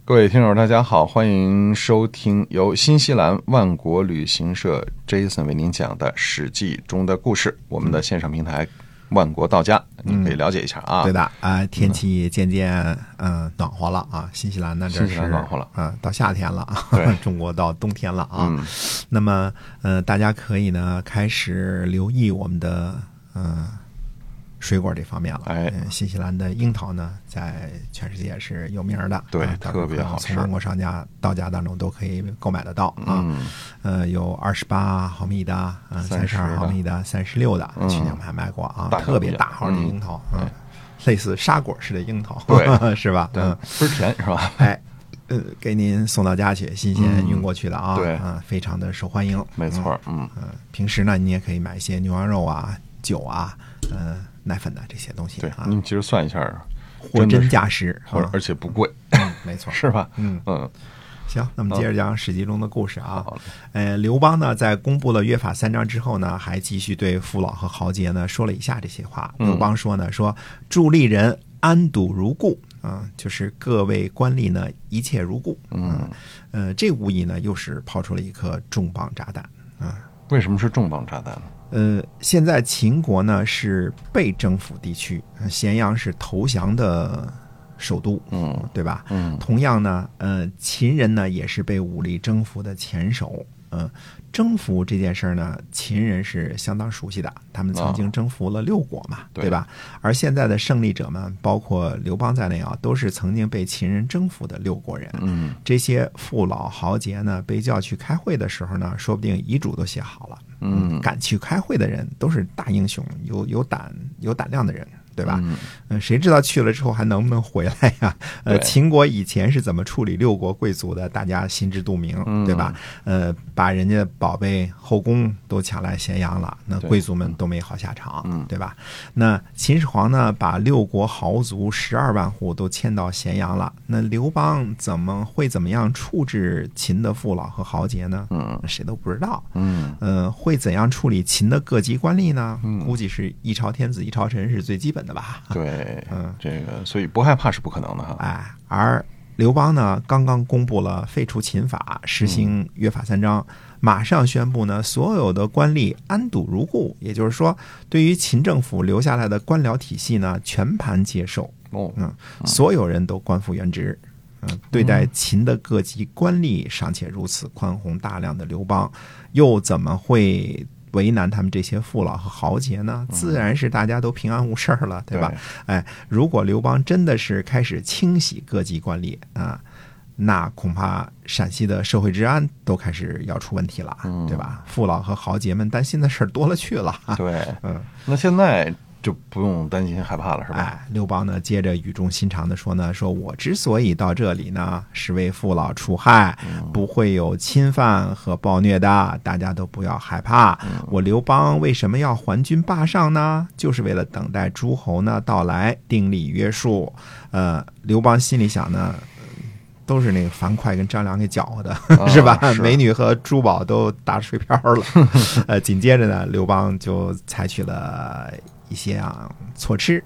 各位听友大家好，欢迎收听由新西兰万国旅行社 Jason 为您讲的《史记》中的故事，我们的线上平台万国到家，你可以了解一下啊。 对的啊，天气渐渐暖和了啊，新西兰那这是暖和了到夏天了啊， 对， 中国到冬天了啊。那么大家可以呢开始留意我们的水果这方面了。新西兰的樱桃呢，在全世界是有名的， 对，特别好吃， 从万国商家到家当中都可以购买得到啊。有28毫米的，32毫米的，36的，去年我们还买过啊，特别大号的樱桃，类似沙果似的樱桃， 对， 是吧？ 倍儿甜是吧？ 给您送到家去，新鲜运过去的啊， 对， 非常的受欢迎， 没错， 平时呢，你也可以买一些牛羊肉啊、酒啊，奶粉的这些东西。 对，您其实算一下， 货真价实， 而且不贵， 没错， 是吧？ 行，那么接着讲《史记》中的故事啊。刘邦呢，在公布了约法3章之后呢，还继续对父老和豪杰呢说了以下这些话。刘邦说呢，说诸吏人安堵如故。就是各位官吏呢，一切如故。这无疑呢，又是抛出了一颗重磅炸弹啊！ 为什么是重磅炸弹呢？ 现在秦国呢是被征服地区，咸阳是投降的首都，对吧？同样呢，秦人呢也是被武力征服的前手。征服这件事儿呢，秦人是相当熟悉的，他们曾经征服了6国嘛，对吧？而现在的胜利者们，包括刘邦在内啊，都是曾经被秦人征服的6国人。这些父老豪杰呢，被叫去开会的时候呢，说不定遗嘱都写好了。敢去开会的人都是大英雄，有胆量的人。对吧？谁知道去了之后还能不能回来呀？秦国以前是怎么处理6国贵族的，大家心知肚明，对吧？把人家宝贝后宫都抢来咸阳了，那贵族们都没好下场，对吧？那秦始皇呢，把6国豪族12万户都迁到咸阳了，那刘邦怎么样处置秦的父老和豪杰呢？谁都不知道。会怎样处理秦的各级官吏呢？估计是一朝天子一朝臣是最基本的吧。 对，这个所以不害怕是不可能的哈。 而刘邦呢，刚刚公布了废除秦法，实行约法3章，马上宣布呢，所有的官吏安堵如故，也就是说，对于秦政府留下来的官僚体系呢，全盘接受。所有人都官复原职。对待秦的各级官吏尚且如此宽宏大量的刘邦，又怎么会为难他们这些父老和豪杰呢？自然是大家都平安无事了，对吧？如果刘邦真的是开始清洗各级官吏啊，那恐怕陕西的社会治安都开始要出问题了，对吧？父老和豪杰们担心的事儿多了去了。 对，那现在就不用担心害怕了，是吧？ 刘邦呢，接着语重心长的说呢，说我之所以到这里呢，是为父老除害，不会有侵犯和暴虐的，大家都不要害怕。我刘邦为什么要还军霸上呢？就是为了等待诸侯呢到来，订立约束。刘邦心里想呢，都是那个樊哙跟张良给搅和的，是吧？美女和珠宝都打水漂了。紧接着呢，刘邦就采取了一些措施。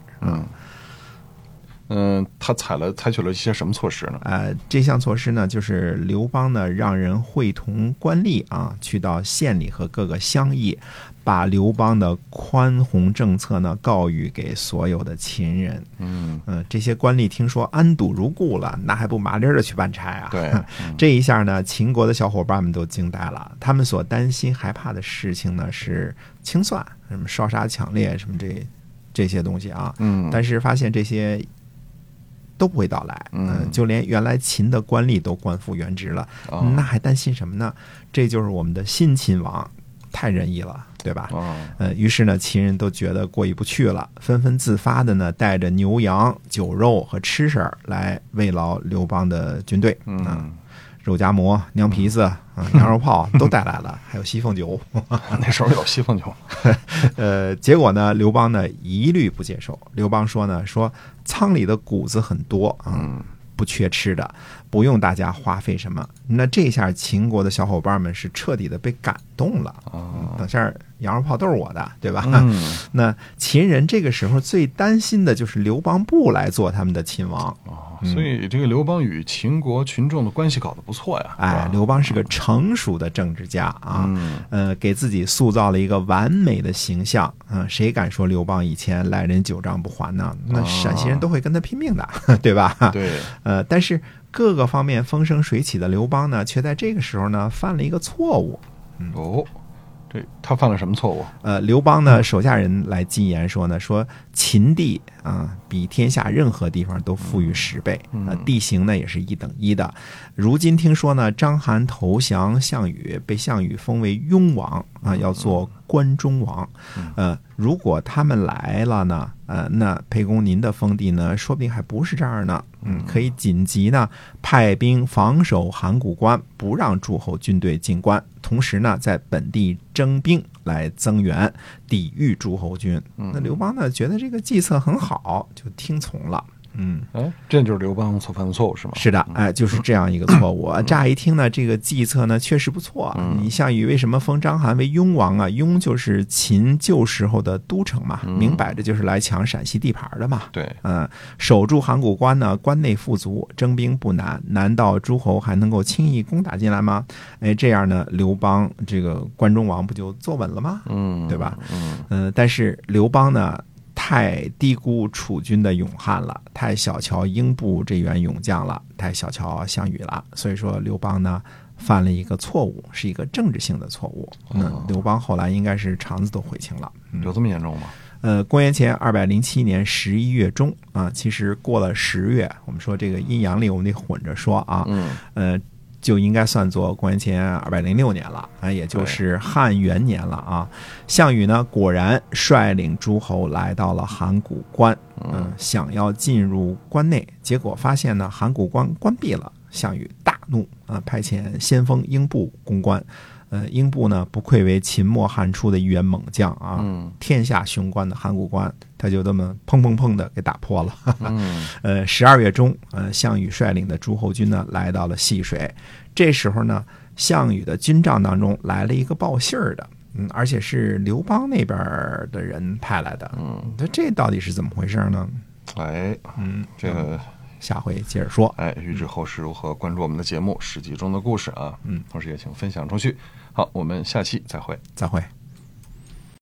他采取了一些什么措施呢？ 这项措施呢，就是刘邦呢让人会同官吏去到县里和各个乡邑，把刘邦的宽宏政策呢告谕给所有的秦人。这些官吏听说安堵如故了，那还不麻利的去办差啊？ 对， 这一下呢，秦国的小伙伴们都惊呆了。他们所担心害怕的事情呢是清算，什么烧杀抢掠，什么这些东西啊。但是发现这些都不会到来。就连原来秦的官吏都官复原职了，那还担心什么呢？这就是我们的新秦王，太仁义了，对吧？于是呢，秦人都觉得过意不去了，纷纷自发的呢，带着牛羊、酒肉和吃食来慰劳刘邦的军队。肉夹馍、娘皮子、羊肉泡都带来了，还有西凤酒。 那时候有西凤酒。 结果呢，刘邦呢一律不接受。刘邦说呢，说仓里的谷子很多，不缺吃的，不用大家花费什么。那这下秦国的小伙伴们是彻底的被赶动了等下羊肉泡都是我的，对吧？那秦人这个时候最担心的就是刘邦不来做他们的秦王。 所以这个刘邦与秦国群众的关系搞得不错呀。 刘邦是个成熟的政治家啊，给自己塑造了一个完美的形象。谁敢说刘邦以前赖人9丈不还呢？那陕西人都会跟他拼命的，对吧？ 对。 但是各个方面风生水起的刘邦呢，却在这个时候呢犯了一个错误。 他犯了什么错误？ 刘邦呢手下人来进言说呢，说秦地比天下任何地方都富裕10倍，地形呢也是1等1的。如今听说呢，章邯投降项羽，被项羽封为雍王要做关中王。如果他们来了呢，那沛公您的封地呢，说不定还不是这儿呢。可以紧急呢派兵防守函谷关，不让诸侯军队进关，同时呢在本地征兵来增援，抵御诸侯军。那刘邦呢觉得这个计策很好，就听从了。 这就是刘邦所犯的错误是吗？ 是的，就是这样一个错误。乍一听呢，这个计策呢确实不错。你项羽为什么封章邯为雍王啊？雍就是秦旧时候的都城嘛，明摆着就是来抢陕西地盘的嘛。 对， 守住函谷关呢，关内富足，征兵不难，难道诸侯还能够轻易攻打进来吗？这样呢，刘邦这个关中王不就坐稳了吗？对吧？但是刘邦呢，太低估楚军的勇悍了，太小瞧英布这员勇将了，太小瞧项羽了。所以说刘邦呢犯了一个错误，是一个政治性的错误。刘邦后来应该是肠子都悔青了。 有这么严重吗？ 公元前207年11月中其实过了10月，我们说这个阴阳历我们得混着说啊。就应该算作公元前206年了，也就是汉元年了啊。项羽呢，果然率领诸侯来到了函谷关，想要进入关内，结果发现呢，函谷关关闭了。项羽大怒派遣先锋英布攻关。英布呢，不愧为秦末汉初的一员猛将啊，天下雄关的函谷关，他就这么砰砰砰的给打破了。12月中，项羽率领的诸侯军呢，来到了细水。这时候呢，项羽的军帐当中来了一个报信儿的，而且是刘邦那边的人派来的。这到底是怎么回事呢？ 这个下回接着说。 预知后事如何，关注我们的节目《史记》中的故事啊。同时也请分享出去。好，我们下期再会。 再会。